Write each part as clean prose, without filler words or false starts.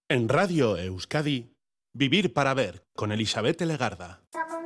En Radio Euskadi, Vivir para Ver, con Elisabet Legarda.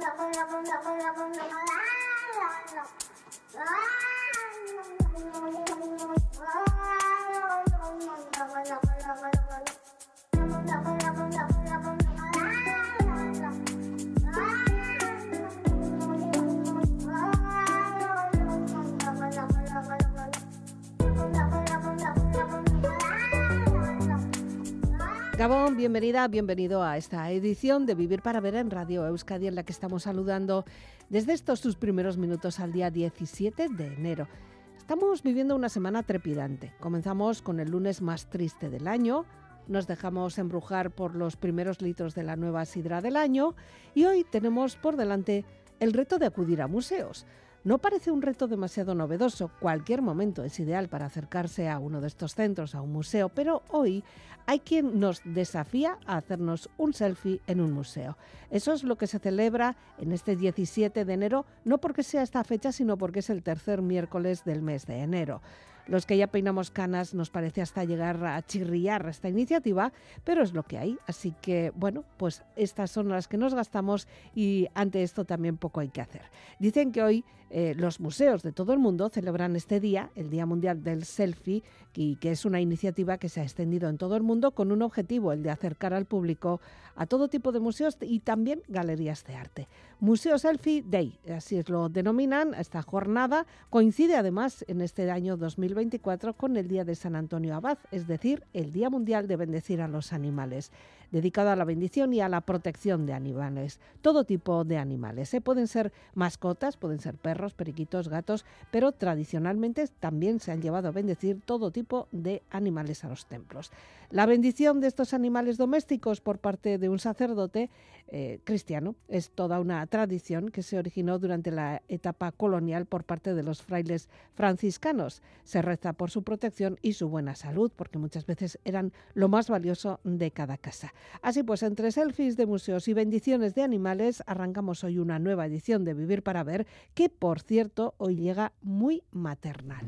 Gabón, bienvenida, bienvenido a esta edición de Vivir para Ver en Radio Euskadi, en la que estamos saludando desde estos sus primeros minutos al día 17 de enero. Estamos viviendo una semana trepidante. Comenzamos con el lunes más triste del año, nos dejamos embrujar por los primeros litros de la nueva sidra del año y hoy tenemos por delante el reto de acudir a museos. No parece un reto demasiado novedoso, cualquier momento es ideal para acercarse a uno de estos centros, a un museo, pero hoy hay quien nos desafía a hacernos un selfie en un museo. Eso es lo que se celebra en este 17 de enero, no porque sea esta fecha, sino porque es el tercer miércoles del mes de enero. Los que ya peinamos canas nos parece hasta llegar a chirriar esta iniciativa, pero es lo que hay. Así que, bueno, pues estas son las que nos gastamos y ante esto también poco hay que hacer. Dicen que hoy los museos de todo el mundo celebran este día, el Día Mundial del Selfie, y que es una iniciativa que se ha extendido en todo el mundo con un objetivo, el de acercar al público a todo tipo de museos y también galerías de arte. Museo Selfie Day, así es lo denominan. Esta jornada coincide además en este año 2024 con el Día de San Antonio Abad, es decir, el Día Mundial de Bendecir a los Animales, dedicado a la bendición y a la protección de animales, todo tipo de animales. Pueden ser mascotas, pueden ser perros, periquitos, gatos, pero tradicionalmente también se han llevado a bendecir todo tipo de animales a los templos. La bendición de estos animales domésticos por parte de un sacerdote cristiano es toda una tradición que se originó durante la etapa colonial por parte de los frailes franciscanos. Se reza por su protección y su buena salud, porque muchas veces eran lo más valioso de cada casa. Así pues, entre selfies de museos y bendiciones de animales, arrancamos hoy una nueva edición de Vivir para Ver, que por cierto hoy llega muy maternal.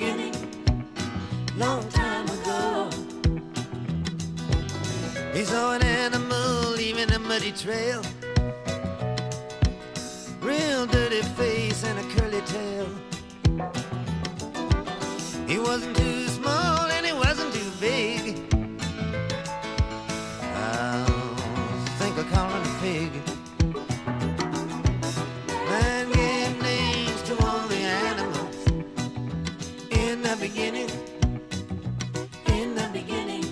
beginning, long time ago. He saw an animal leaving a muddy trail, real dirty face and a curly tail. He wasn't too small and he wasn't too big. I think I call him a pig. Man gave names to all the animals in the beginning. In the beginning,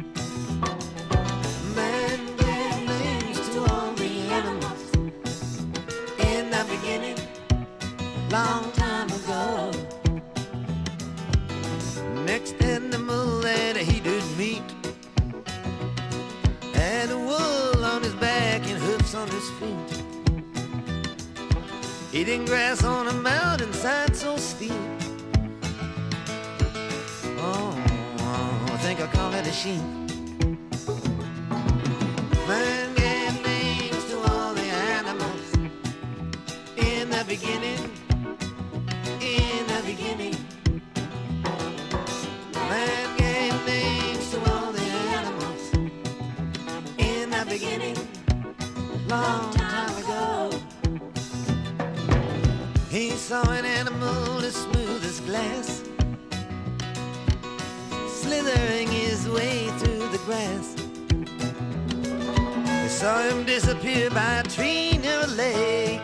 man gave names to all the animals in the beginning, long time ago. Next animal that he did meet had a wool on his back and hoofs on his feet, eating grass on a mountainside so steep. Oh, I think I call it a sheep. Man gave names to all the animals in the beginning, in the beginning. Man gave names to all the animals in the beginning, long time ago. He saw an animal as smooth as glass, slithering his way through the grass. He saw him disappear by a tree near a lake.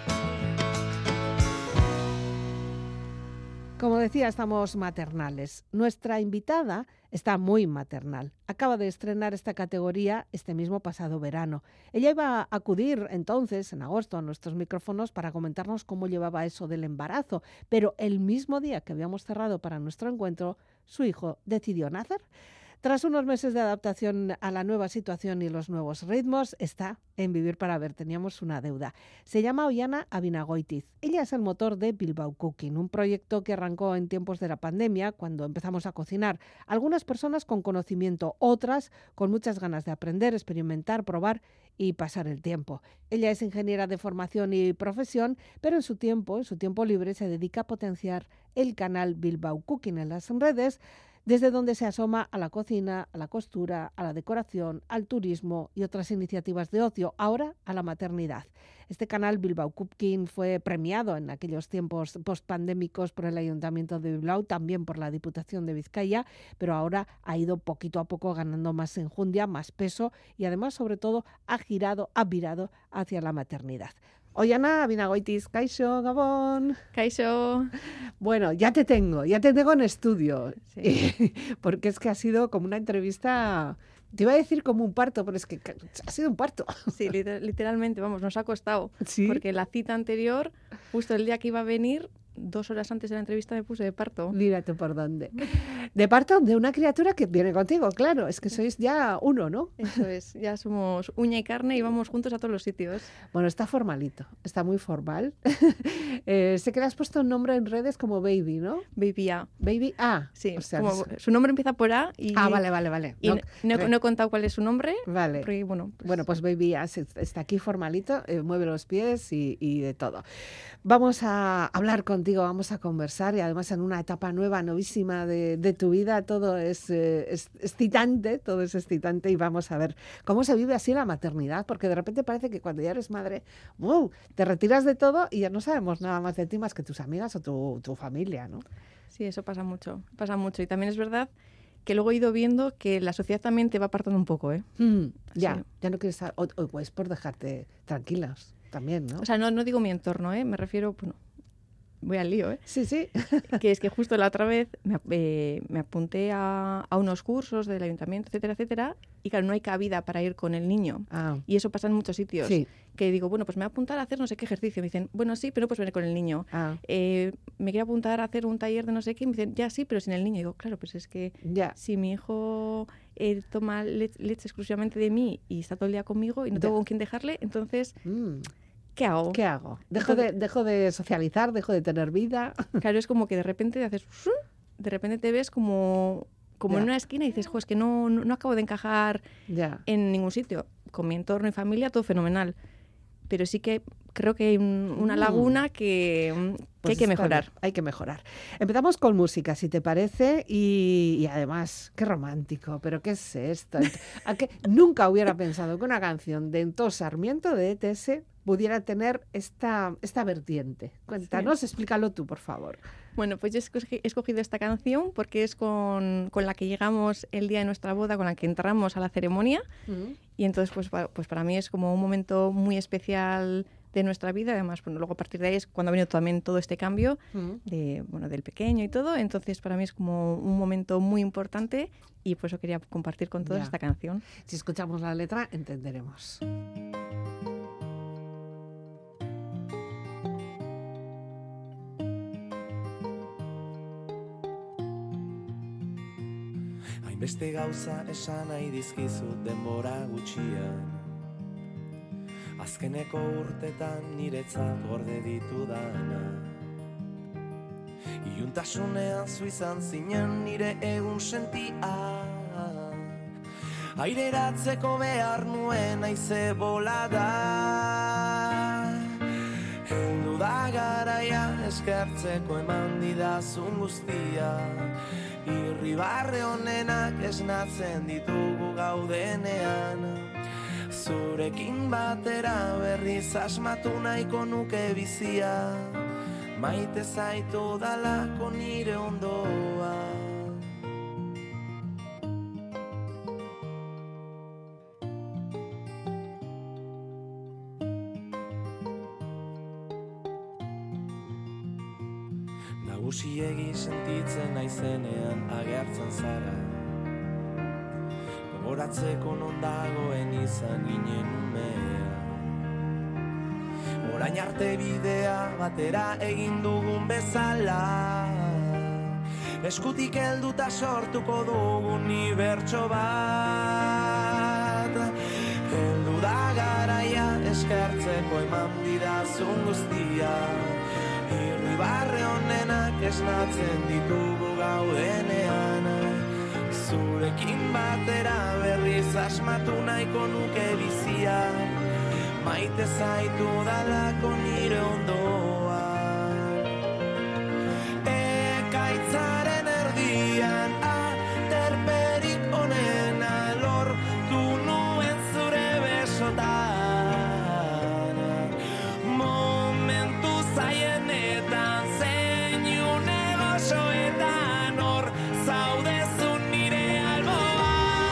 Como decía, estamos maternales. Nuestra invitada está muy maternal. Acaba de estrenar esta categoría este mismo pasado verano. Ella iba a acudir entonces, en agosto, a nuestros micrófonos para comentarnos cómo llevaba eso del embarazo, pero el mismo día que habíamos cerrado para nuestro encuentro, su hijo decidió nacer. Tras unos meses de adaptación a la nueva situación y los nuevos ritmos, está en Vivir para Ver. Teníamos una deuda. Se llama Oihana Abinagoitiz. Ella es el motor de Bilbao Cooking, un proyecto que arrancó en tiempos de la pandemia, cuando empezamos a cocinar. Algunas personas con conocimiento, otras con muchas ganas de aprender, experimentar, probar y pasar el tiempo. Ella es ingeniera de formación y profesión, pero en su tiempo libre, se dedica a potenciar el canal Bilbao Cooking en las redes, desde donde se asoma a la cocina, a la costura, a la decoración, al turismo y otras iniciativas de ocio, ahora a la maternidad. Este canal Bilbao Cooking fue premiado en aquellos tiempos postpandémicos por el Ayuntamiento de Bilbao, también por la Diputación de Vizcaya, pero ahora ha ido poquito a poco ganando más enjundia, más peso y además, sobre todo, ha virado hacia la maternidad. Oihana Abinagoitiz, kaixo, Gabón. Kaixo. Bueno, ya te tengo en estudio, Sí. Porque es que ha sido como una entrevista, te iba a decir como un parto, pero es que ha sido un parto. Sí, literalmente, vamos, nos ha costado. ¿Sí? Porque la cita anterior, justo el día que iba a venir, 2 horas antes de la entrevista me puse de parto. Mira tú por dónde. De parto de una criatura que viene contigo, claro, es que sois ya uno, ¿no? Eso es, ya somos uña y carne y vamos juntos a todos los sitios. Bueno, está formalito, está muy formal. Sé que le has puesto un nombre en redes como Baby, ¿no? Baby A. Baby A. Sí, o sea, como su nombre empieza por A y... Ah, vale. Y no he contado cuál es su nombre. Vale. Porque, bueno, Pues Baby A está aquí formalito, mueve los pies y de todo. Vamos a hablar contigo, vamos a conversar y además en una etapa nueva, novísima de tu vida, todo es excitante, y vamos a ver cómo se vive así la maternidad, porque de repente parece que cuando ya eres madre, ¡wow!, te retiras de todo y ya no sabemos nada más de ti más que tus amigas o tu familia, ¿no? Sí, eso pasa mucho. Y también es verdad que luego he ido viendo que la sociedad también te va apartando un poco, ¿eh? Ya no quieres estar, o pues por dejarte tranquilas también, ¿no? O sea, no digo mi entorno, ¿eh? Me refiero, bueno, voy al lío, ¿eh? Sí. Que es que justo la otra vez me apunté a unos cursos del ayuntamiento, etcétera, y claro, no hay cabida para ir con el niño. Ah. Y eso pasa en muchos sitios. Sí. Que digo, bueno, pues me voy a apuntar a hacer no sé qué ejercicio. Me dicen, bueno, sí, pero no puedes venir con el niño. Ah. Me quiero apuntar a hacer un taller de no sé qué. Me dicen, ya sí, pero sin el niño. Y digo, claro, pues es que Ya. si mi hijo toma leche exclusivamente de mí y está todo el día conmigo y no tengo con quién dejarle, entonces... ¿Qué hago? Dejo de socializar, dejo de tener vida. Claro, es como que de repente te ves como en una esquina y dices, es que no acabo de encajar en ningún sitio. Con mi entorno y familia todo fenomenal. Pero sí que creo que hay una laguna que Pues hay que está mejorar. bien, hay que mejorar. Empezamos con música, si te parece, y además, qué romántico, pero ¿qué es esto? ¿A qué? Nunca hubiera pensado que una canción de Antón Sarmiento, de ETS, pudiera tener esta vertiente. Cuéntanos, explícalo tú, por favor. Bueno, pues yo he escogido esta canción porque es con la que llegamos el día de nuestra boda, con la que entramos a la ceremonia. Y entonces, pues para mí es como un momento muy especial de nuestra vida. Además, bueno, luego a partir de ahí es cuando ha venido también todo este cambio del pequeño y todo. Entonces, para mí es como un momento muy importante y por eso quería compartir con todos esta canción. Si escuchamos la letra, entenderemos. Beste gauza esan nahi dizkizut denbora gutxian, azkeneko urtetan niretzat gorde ditudana. Iluntasunean zu izan zinen nire egun sentia, aireratzeko behar nuen haize bolada. Heldu da garaia eskertzeko eman didazun guztia, irribarre honenak esnatzen ditugu gaudenean. Zurekin batera berriz asmatu nahiko nuke bizia, maite zaitu dalako nire ondoa. Nagusiegi sentitzen naizenean agertzen zara, gogoratzeko non dagoen izan ginen umea. Orain arte bidea batera egin dugun bezala, eskutik helduta sortuko dugun unibertso bat. Heldu da garaia eskertzeko eman didazun guztia, irribarre honenak esnatzen ditugu gaudenean. Zurekin batera berriz asmatu nahiko nuke bizia, maite zaitu dalako nire ondoa. Ekaitzaren erdian aterperik onena lortu nuen zure besotan. Momentu zaienetan zeinu negosoetan hor zaudezun nire alboan.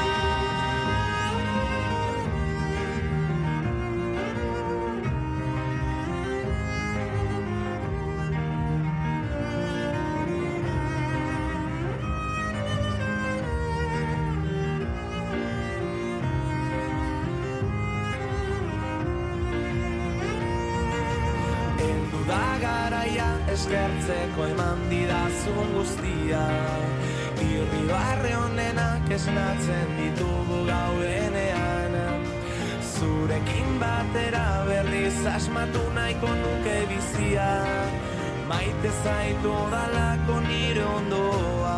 Heldu da garaia eskertzeko eman didazun guztia, irribarre honenak esnatzen ditugu gaudenean. Zurekin batera berriz asmatu nahiko nuke bizia, maite zaitu dalako nire ondoa.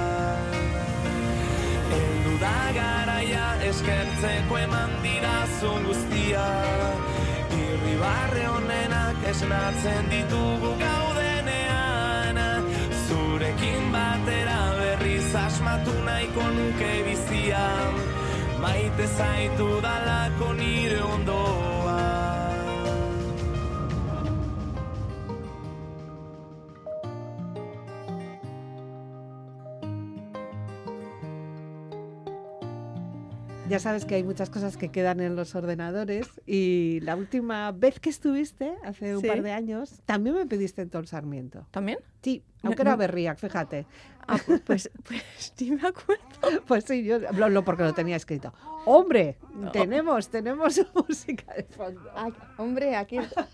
Heldu da garaia eskertzeko eman didazun guztia, irribarre honenak esnatzen ditugu gaudenean. Zurekin batera berriz asmatu nahiko nuke bizia, maite zaitu dalako nire ondoa. Ya sabes que hay muchas cosas que quedan en los ordenadores y la última vez que estuviste, hace un Sí. par de años, también me pediste Antón Sarmiento. ¿También? Sí, aunque era Berriac, fíjate. Ah, pues sí me acuerdo. Pues sí, yo porque lo tenía escrito. ¡Hombre! Tenemos música de fondo. Ay, hombre, aquí...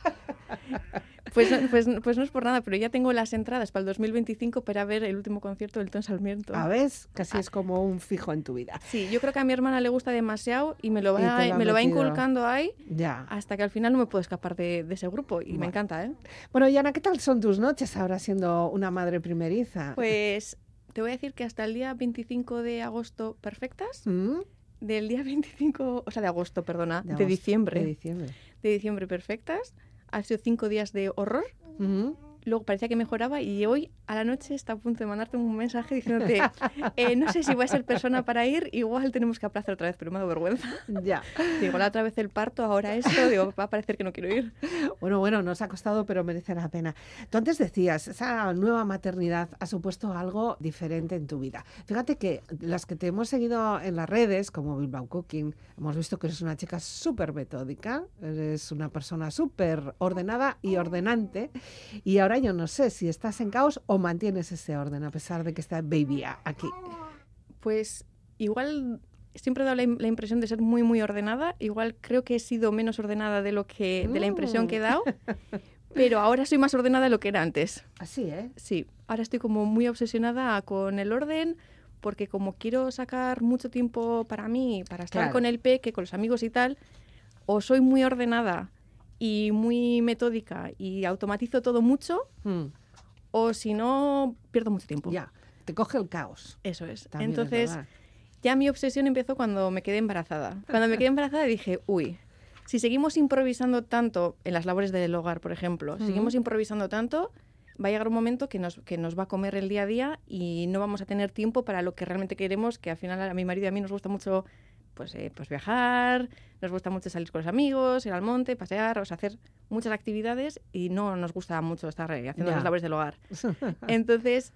Pues no es por nada, pero ya tengo las entradas para el 2025 para ver el último concierto del Antón Sarmiento. A ver, casi es como un fijo en tu vida. Sí, yo creo que a mi hermana le gusta demasiado y me lo Y te va, lo ha me lo va metido. inculcando ahí Ya. hasta que al final no me puedo escapar de ese grupo y me Bueno. encanta, ¿eh? Bueno, y Ana, ¿qué tal son tus noches ahora siendo una madre primeriza? Pues te voy a decir que hasta el día 25 de agosto perfectas, ¿Mm? del día 25, o sea, de agosto, perdona, de agosto, diciembre. De diciembre. De diciembre perfectas, ha sido 5 días de horror. Ujú. Luego parecía que mejoraba y hoy a la noche está a punto de mandarte un mensaje diciéndote no sé si voy a ser persona para ir, igual tenemos que aplazar otra vez, pero me da vergüenza. Ya. Digo, la otra vez el parto, ahora esto, digo, va a parecer que no quiero ir. Bueno, nos ha costado, pero merece la pena. Tú antes decías, esa nueva maternidad ha supuesto algo diferente en tu vida. Fíjate que las que te hemos seguido en las redes, como Bilbao Cooking, hemos visto que eres una chica súper metódica, eres una persona súper ordenada y ordenante, y ahora yo no sé si estás en caos o mantienes ese orden, a pesar de que está baby aquí. Pues igual siempre he dado la impresión de ser muy, muy ordenada. Igual creo que he sido menos ordenada de la impresión que he dado. Pero ahora soy más ordenada de lo que era antes. Así, ¿eh? Sí, ahora estoy como muy obsesionada con el orden, porque como quiero sacar mucho tiempo para mí, para estar Claro. con el peque, con los amigos y tal, o soy muy ordenada y muy metódica y automatizo todo mucho, Mm, o si no, pierdo mucho tiempo. ya, te coge el caos. Eso es. También es Entonces, verdad. ya mi obsesión empezó cuando me quedé embarazada. Cuando me quedé embarazada dije, uy, si seguimos improvisando tanto en las labores del hogar, por ejemplo, si seguimos improvisando tanto, va a llegar un momento que nos va a comer el día a día y no vamos a tener tiempo para lo que realmente queremos, que al final a mi marido y a mí nos gusta mucho pues viajar, nos gusta mucho salir con los amigos, ir al monte, pasear, o sea, hacer muchas actividades y no nos gusta mucho estar haciendo Ya. las labores del hogar. Entonces,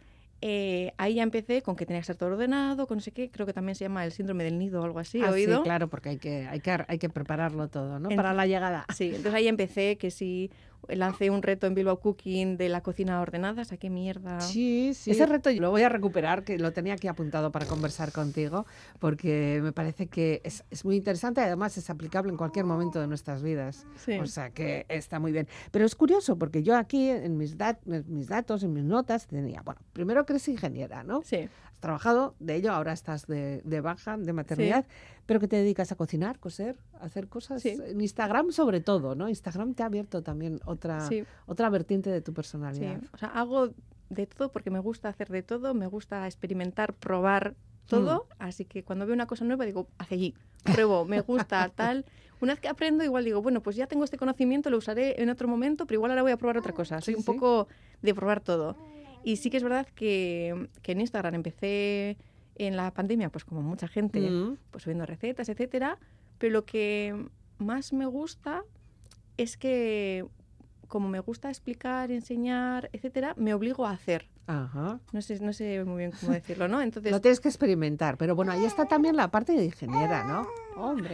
ahí ya empecé con que tenía que estar todo ordenado, con no sé qué, creo que también se llama el síndrome del nido o algo así, ¿he Ah, sí, oído? claro, porque hay que prepararlo todo, ¿no? Ent- Para la llegada. Sí, entonces ahí empecé que si lancé un reto en Bilbao Cooking de la cocina ordenada, saqué mierda. Sí, sí. Ese reto yo lo voy a recuperar, que lo tenía aquí apuntado para conversar contigo, porque me parece que es muy interesante y además es aplicable en cualquier momento de nuestras vidas. Sí. O sea que está muy bien. Pero es curioso, porque yo aquí en mis datos, en mis notas, tenía, bueno, primero que eres ingeniera, ¿no? Sí. Has trabajado de ello, ahora estás de baja, de maternidad, pero que te dedicas a cocinar, coser, a hacer cosas. Sí. En Instagram sobre todo, ¿no? Instagram te ha abierto también Sí. otra vertiente de tu Sí, personalidad. o sea, hago de todo porque me gusta hacer de todo, me gusta experimentar, probar todo, así que cuando veo una cosa nueva digo, hacia allí, pruebo, me gusta, tal. Una vez que aprendo igual digo, bueno, pues ya tengo este conocimiento, lo usaré en otro momento, pero igual ahora voy a probar otra cosa. Soy Sí, un sí. poco de probar todo. Y sí que es verdad que en Instagram empecé en la pandemia, pues como mucha gente, pues subiendo recetas, etcétera, pero lo que más me gusta es que como me gusta explicar, enseñar, etcétera, me obligo a hacer. Ajá. No sé muy bien cómo decirlo, ¿no? Entonces, Lo tienes que experimentar, pero bueno, ahí está también la parte de ingeniera, ¿no? Hombre,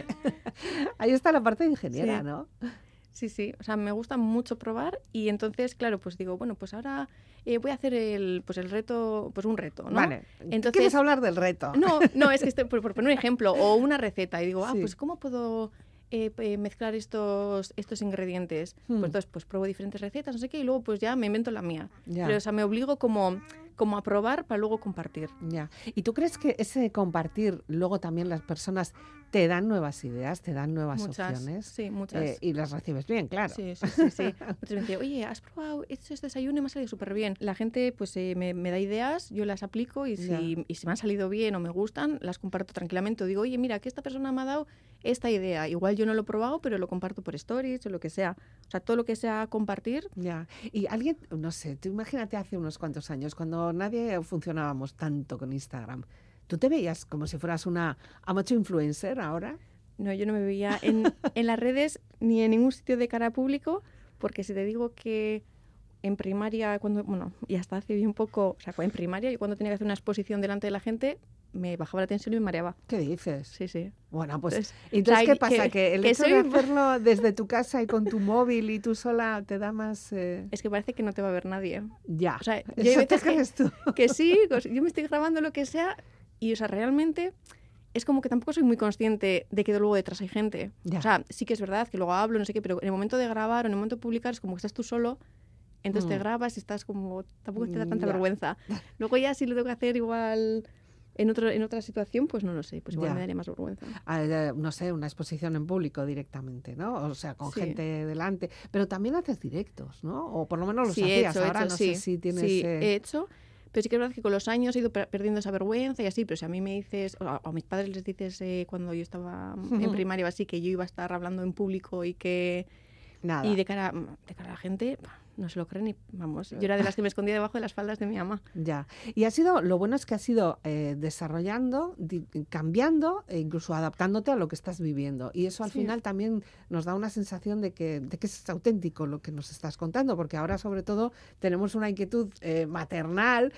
ahí está la parte de ingeniera, Sí. ¿no? sí, o sea, me gusta mucho probar y entonces, claro, pues digo, bueno, pues ahora voy a hacer el reto, pues un reto, ¿no? Vale, Entonces, ¿quieres hablar del reto? No, es que estoy por poner un ejemplo o una receta y digo, Sí. pues ¿cómo puedo mezclar estos ingredientes? Pues entonces, pues pruebo diferentes recetas, no sé qué, y luego pues ya me invento la mía. Ya. Pero, o sea, me obligo como a probar para luego compartir. Ya. ¿Y tú crees que ese compartir, luego también las personas te dan nuevas ideas, te dan nuevas Muchas, opciones? sí, muchas. Y las recibes bien, claro. Sí. Muchas me dicen, oye, ¿has probado este desayuno y me ha salido súper bien? La gente pues me da ideas, yo las aplico y si me han salido bien o me gustan, las comparto tranquilamente. O digo, oye, mira, que esta persona me ha dado esta idea. Igual yo no lo he probado, pero lo comparto por stories o lo que sea. O sea, todo lo que sea compartir. Ya. Y alguien, no sé, tú imagínate hace unos cuantos años, cuando nadie funcionábamos tanto con Instagram, ¿tú te veías como si fueras una amateur influencer ahora? No, yo no me veía en las redes ni en ningún sitio de cara a público, porque si te digo que en primaria, y hasta hace bien poco, o sea, en primaria, yo cuando tenía que hacer una exposición delante de la gente, me bajaba la tensión y me mareaba. ¿Qué dices? Sí. Bueno, pues Entonces, entonces, ¿qué pasa? ¿Que el hecho de soy- hacerlo desde tu casa y con tu móvil y tú sola te da más...? Es que parece que no te va a ver nadie. Ya, O sea, yo hay ¿eso te veces crees tú? Que sí, yo me estoy grabando lo que sea y, o sea, realmente es como que tampoco soy muy consciente de que luego detrás hay gente. Ya. O sea, sí que es verdad que luego hablo, no sé qué, pero en el momento de grabar o en el momento de publicar es como que estás tú solo, entonces te grabas y estás como, tampoco te da tanta Ya. vergüenza. Luego ya si lo tengo que hacer igual en otra situación, pues no lo sé, pues igual Ya. me daría más vergüenza. No sé, una exposición en público directamente, ¿no? O sea, con Sí. gente delante. Pero también haces directos, ¿no? O por lo menos los Sí, he hacías. hecho, Ahora no sí. sé si tienes... Sí, he hecho. Pero sí que es verdad que con los años he ido perdiendo esa vergüenza y así. Pero si a mí me dices, o a mis padres les dices cuando yo estaba en primaria o así, que yo iba a estar hablando en público y que Nada. Y de cara a la gente, no se lo creen ni, vamos, yo era de las que me escondía debajo de las faldas de mi mamá. Ya. Y lo bueno es que has ido desarrollando, cambiando e incluso adaptándote a lo que estás viviendo. Y eso al final también nos da una sensación de que es auténtico lo que nos estás contando, porque ahora sobre todo tenemos una inquietud maternal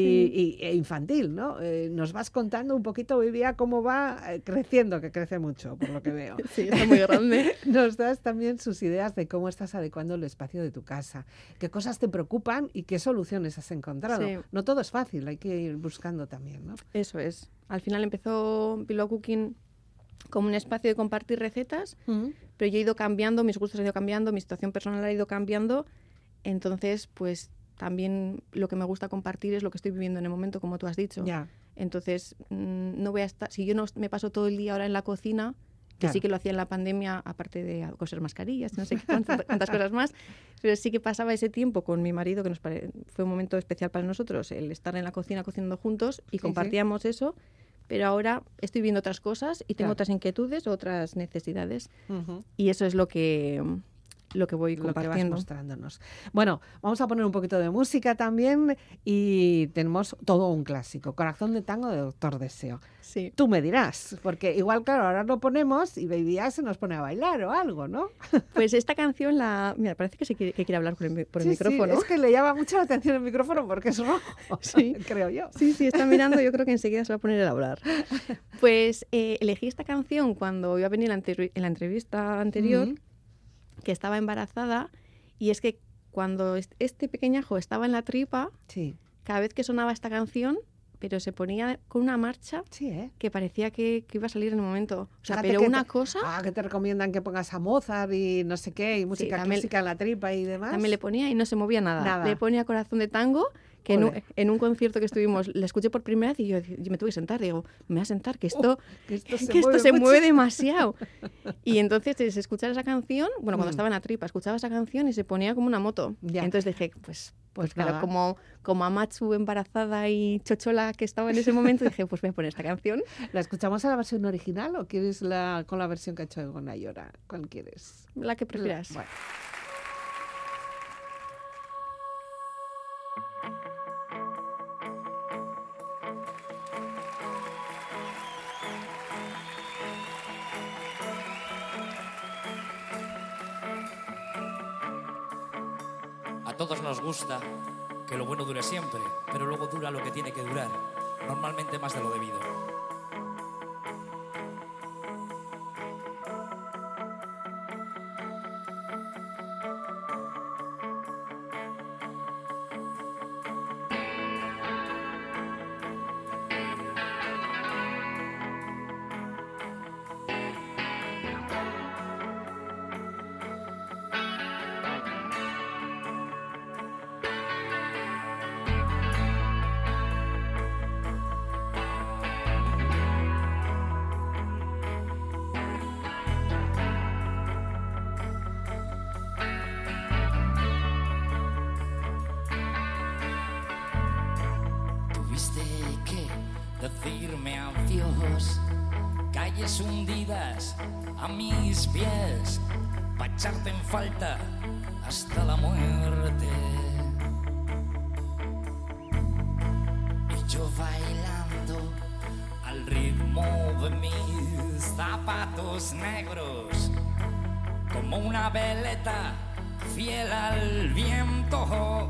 e infantil, ¿no? Nos vas contando un poquito, Vivia, cómo va creciendo, que crece mucho, por lo que veo. Sí, está muy grande. Nos das también sus ideas de cómo estás adecuando el espacio de tu casa, qué cosas te preocupan y qué soluciones has encontrado. Sí. No todo es fácil, hay que ir buscando también, ¿no? Eso es. Al final empezó Bilbao Cooking como un espacio de compartir recetas, pero yo he ido cambiando, mis gustos han ido cambiando, mi situación personal ha ido cambiando. Entonces, pues también lo que me gusta compartir es lo que estoy viviendo en el momento, como tú has dicho. Ya. Entonces, no voy a estar, si yo no me paso todo el día ahora en la cocina, que Claro. sí que lo hacía en la pandemia, aparte de coser mascarillas, no sé cuántas cosas más, pero sí que pasaba ese tiempo con mi marido, que fue un momento especial para nosotros, el estar en la cocina cocinando juntos y compartíamos eso, pero ahora estoy viendo otras cosas y tengo otras inquietudes, otras necesidades, y eso es lo que voy Lo que vas compartiendo. mostrándonos. Bueno, vamos a poner un poquito de música también y tenemos todo un clásico, Corazón de Tango de Doctor Deseo. Sí. Tú me dirás, porque igual, claro, ahora lo ponemos y Vivia se nos pone a bailar o algo, ¿no? Pues esta canción, mira, parece que quiere hablar por el micrófono. Sí, es que le llama mucho la atención el micrófono porque es rojo, Sí. creo yo. Sí, está mirando, yo creo que enseguida se va a poner a hablar. Pues elegí esta canción cuando iba a venir en la entrevista anterior, que estaba embarazada, y es que cuando este pequeñajo estaba en la tripa, Sí, cada vez que sonaba esta canción, pero se ponía con una marcha sí, ¿eh? que parecía que iba a salir en el momento. O sea, Fíjate pero que una cosa... que te recomiendan que pongas a Mozart y no sé qué, y música también- clásica en la tripa y demás. También le ponía y no se movía nada. Nada. Le ponía Corazón de Tango, que Ole. en un concierto que estuvimos, la escuché por primera vez y yo me tuve que sentar. Digo, me voy a sentar, que esto, que esto se que esto mueve se mucho. mueve demasiado. Y entonces, escuchar esa canción, bueno, cuando estaba en la tripa, escuchaba esa canción y se ponía como una moto. Ya. Entonces dije, pues claro, nada. como Amatsu embarazada y chochola que estaba en ese momento, dije, pues voy a poner esta canción. ¿La escuchamos a la versión original o quieres con la versión que ha hecho Egon Ayora? ¿Cuál quieres? La que prefieras. Bueno. A todos nos gusta que lo bueno dure siempre, pero luego dura lo que tiene que durar, normalmente más de lo debido. Tuviste que decirme adiós, calles hundidas a mis pies, pa' echarte en falta hasta la muerte. Y yo bailando al ritmo de mis zapatos negros, como una veleta fiel al viento.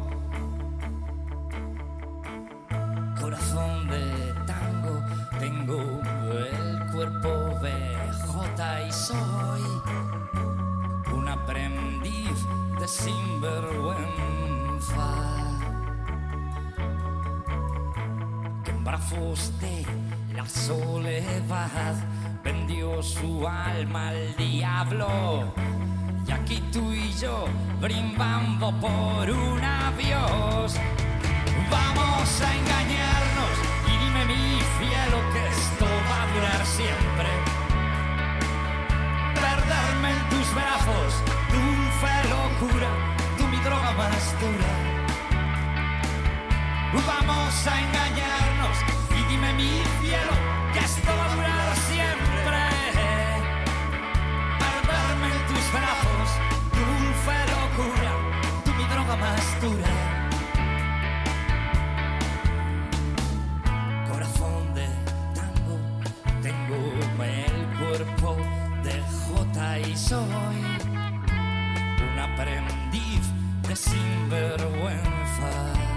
Corazón de tango, tengo el cuerpo BJ y soy un aprendiz de sinvergüenza que en brazos de la soledad vendió su alma al diablo. Y aquí tú y yo brindando por un adiós. Vamos a engañarnos y dime mi cielo que esto va a durar siempre. Perderme en tus brazos, dulce locura, tú mi droga más dura. Vamos a engañarnos y dime mi cielo que esto va a durar siempre. Perderme en tus brazos, dulce soy un aprendiz de sinvergüenza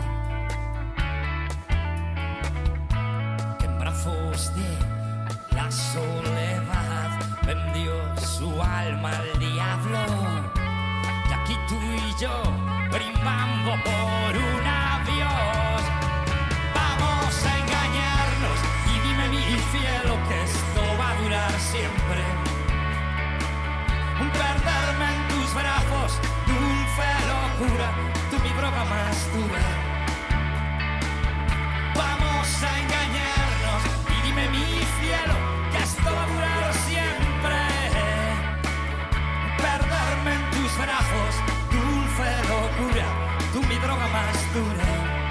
que en brazos de la soledad vendió su alma al diablo. Y aquí tú y yo brindando por un adiós. Vamos a engañarnos y dime mi cielo que esto va a durar siempre. Perderme en tus brazos, dulce locura, tú mi droga más dura. Vamos a engañarnos y dime mi cielo que esto va a durar siempre. Perderme en tus brazos, dulce locura, tú mi droga más dura.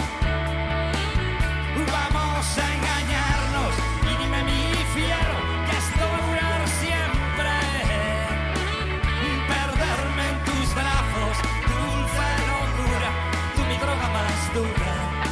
Vamos a engañarnos y dime mi cielo que esto va a durar siempre. Perderme en tus brazos, dulce locura, tú mi droga más dura.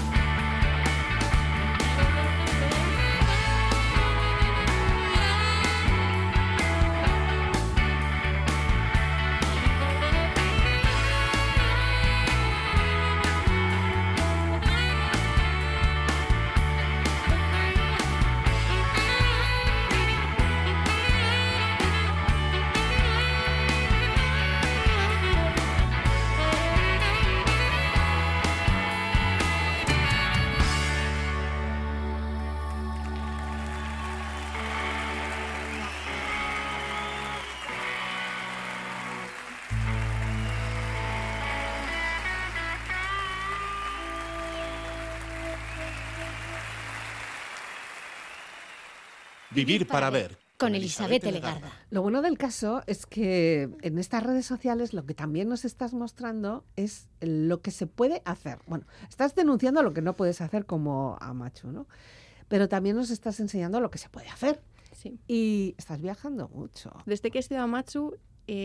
Vivir para ver. Con Elisabeth Legarda. Lo bueno del caso es que en estas redes sociales lo que también nos estás mostrando es lo que se puede hacer. Bueno, estás denunciando lo que no puedes hacer como a Machu, ¿no? Pero también nos estás enseñando lo que se puede hacer. Sí. Y estás viajando mucho. Desde que he sido a Machu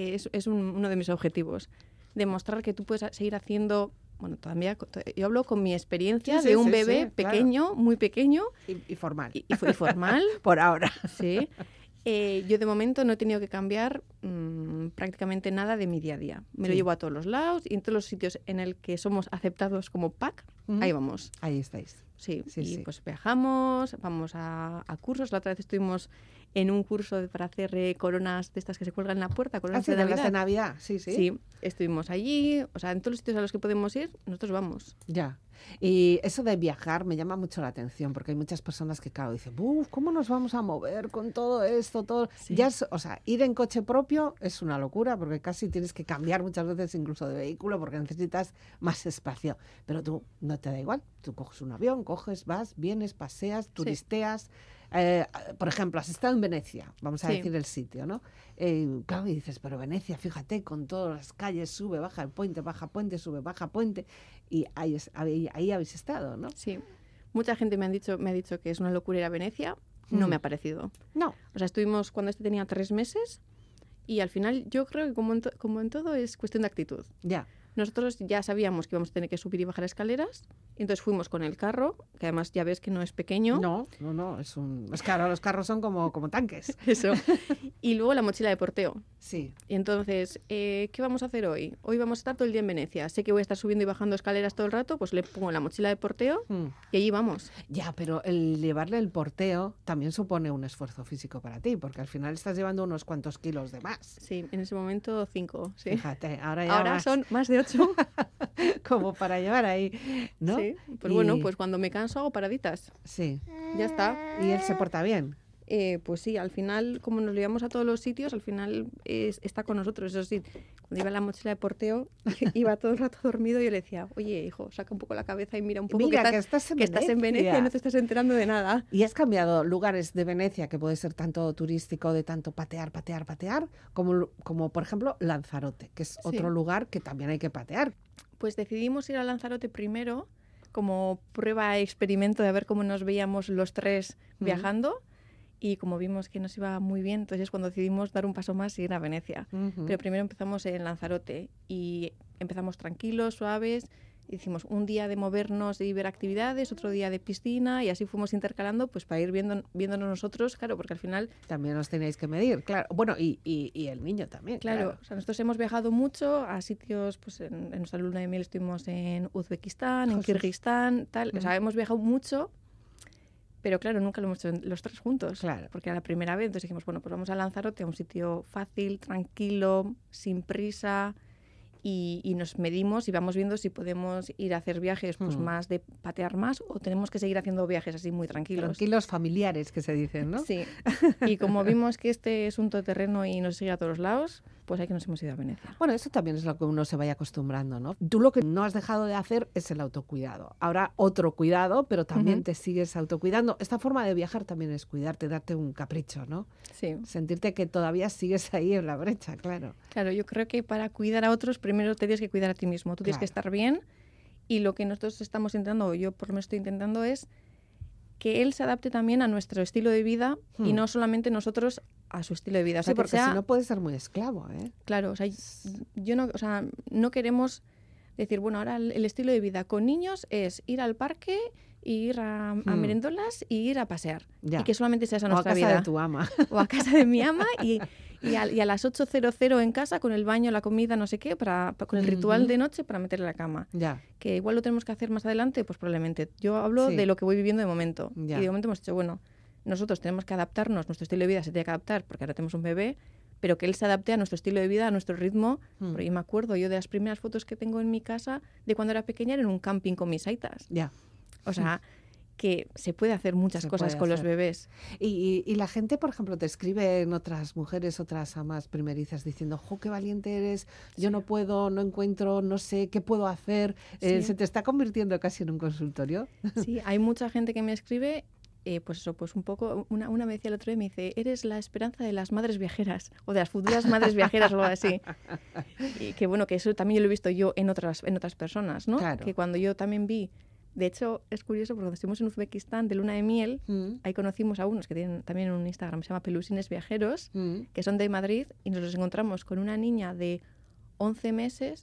es uno de mis objetivos. Demostrar que tú puedes seguir haciendo... Bueno, todavía yo hablo con mi experiencia de un bebé pequeño, claro. Muy pequeño. Y formal. Y formal. Por ahora. Sí. Yo de momento no he tenido que cambiar prácticamente nada de mi día a día. Me lo llevo a todos los lados y en todos los sitios en el que somos aceptados como PAC, ahí vamos. Ahí estáis. Sí, pues viajamos, vamos a cursos. La otra vez estuvimos en un curso para hacer coronas de estas que se cuelgan en la puerta, coronas de Navidad. Las de Navidad, sí. Sí, estuvimos allí, o sea, en todos los sitios a los que podemos ir, nosotros vamos. Ya. Y eso de viajar me llama mucho la atención, porque hay muchas personas que, claro, dicen, ¿cómo nos vamos a mover con todo esto? Todo? Sí. Ya o sea, ir en coche propio es una locura, porque casi tienes que cambiar muchas veces incluso de vehículo, porque necesitas más espacio. Pero tú no te da igual, tú coges un avión, vas, vienes, paseas, turisteas. Por ejemplo, has estado en Venecia, vamos a decir el sitio, ¿no? Claro, y dices, pero Venecia, fíjate, con todas las calles, sube, baja el puente, baja puente, sube, baja puente, y ahí habéis estado, ¿no? Sí, mucha gente me ha dicho que es una locura ir a Venecia, no me ha parecido. No. O sea, estuvimos cuando tenía 3 meses y al final yo creo que como en todo es cuestión de actitud. Ya. Nosotros ya sabíamos que íbamos a tener que subir y bajar escaleras, y entonces fuimos con el carro, que además ya ves que no es pequeño. No, es que ahora los carros son como tanques. Eso. Y luego la mochila de porteo. Sí. Y entonces, ¿qué vamos a hacer hoy? Hoy vamos a estar todo el día en Venecia. Sé que voy a estar subiendo y bajando escaleras todo el rato, pues le pongo la mochila de porteo y allí vamos. Ya, pero el llevarle el porteo también supone un esfuerzo físico para ti, porque al final estás llevando unos cuantos kilos de más. Sí, en ese momento 5, sí. Fíjate, ahora son más de 8. Como para llevar ahí, ¿no? Sí, pues bueno, pues cuando me canso hago paraditas. Sí. Ya está. ¿Y él se porta bien? Pues sí, al final, como nos lo llevamos a todos los sitios, al final está con nosotros. Eso sí, cuando iba en la mochila de porteo, iba todo el rato dormido y yo le decía, oye, hijo, saca un poco la cabeza y mira un poco que estás en Venecia y no te estás enterando de nada. ¿Y has cambiado lugares de Venecia, que puede ser tanto turístico, de tanto patear, como por ejemplo Lanzarote, que es otro lugar que también hay que patear? Pues decidimos ir a Lanzarote primero como prueba experimento de ver cómo nos veíamos los 3 viajando. Y como vimos que nos iba muy bien, entonces cuando decidimos dar un paso más y ir a Venecia. Pero primero empezamos en Lanzarote y empezamos tranquilos, suaves, Hicimos un día de movernos y ver actividades, otro día de piscina y así fuimos intercalando pues para ir viéndonos nosotros, claro, porque al final... También os tenéis que medir, claro. Bueno, y el niño también, Claro, o sea, nosotros hemos viajado mucho a sitios, pues en nuestra luna de miel estuvimos en Uzbekistán, en Kirguistán, tal. O sea, hemos viajado mucho, pero claro, nunca lo hemos hecho los tres juntos. Claro. Porque era la primera vez, entonces dijimos, bueno, pues vamos a Lanzarote, a un sitio fácil, tranquilo, sin prisa... Y nos medimos y vamos viendo si podemos ir a hacer viajes pues más de patear más o tenemos que seguir haciendo viajes así muy tranquilos. Tranquilos familiares, que se dicen, ¿no? Sí. Y como vimos que este es un todoterreno y nos sigue a todos lados, pues ahí que nos hemos ido a Venecia. Bueno, eso también es lo que uno se vaya acostumbrando, ¿no? Tú lo que no has dejado de hacer es el autocuidado. Ahora otro cuidado, pero también te sigues autocuidando. Esta forma de viajar también es cuidarte, darte un capricho, ¿no? Sí. Sentirte que todavía sigues ahí en la brecha, claro. Claro, yo creo que para cuidar a otros, primero te tienes que cuidar a ti mismo. Tú tienes que estar bien y lo que nosotros estamos intentando, o yo por lo menos estoy intentando, es que él se adapte también a nuestro estilo de vida y no solamente nosotros a su estilo de vida. O sea, Sí, porque que sea, si no puede ser muy esclavo, ¿eh? Claro, o sea, no queremos decir, bueno, ahora el estilo de vida con niños es ir al parque, ir a merendolas y ir a pasear. Ya. Y que solamente sea esa nuestra vida. O a casa de tu ama. O a casa de mi ama y a las 8:00 en casa con el baño, la comida, no sé qué, con el ritual de noche para meterle a la cama. Ya. Que igual lo tenemos que hacer más adelante, pues probablemente. Yo hablo de lo que voy viviendo de momento. Ya. Y de momento hemos dicho, bueno, nosotros tenemos que adaptarnos, nuestro estilo de vida se tiene que adaptar porque ahora tenemos un bebé, pero que él se adapte a nuestro estilo de vida, a nuestro ritmo. Porque yo me acuerdo yo de las primeras fotos que tengo en mi casa de cuando era pequeña era en un camping con mis aitas. Ya. O sea, que se puede hacer muchas cosas con los bebés. Y la gente, por ejemplo, te escriben otras mujeres, otras amas primerizas diciendo, ¡jo, qué valiente eres! Yo no puedo, no encuentro, no sé, ¿qué puedo hacer? ¿Se te está convirtiendo casi en un consultorio? Sí, hay mucha gente que me escribe, pues eso, pues un poco, una me decía el otro día, me dice, eres la esperanza de las madres viajeras, o de las futuras madres viajeras o algo así. Y que bueno, que eso también yo lo he visto yo en otras personas, ¿no? Claro. Que cuando yo también vi. De hecho, es curioso porque cuando estuvimos en Uzbekistán de luna de miel, ahí conocimos a unos que tienen también un Instagram, se llama Pelusines Viajeros, que son de Madrid, y nos los encontramos con una niña de 13 meses,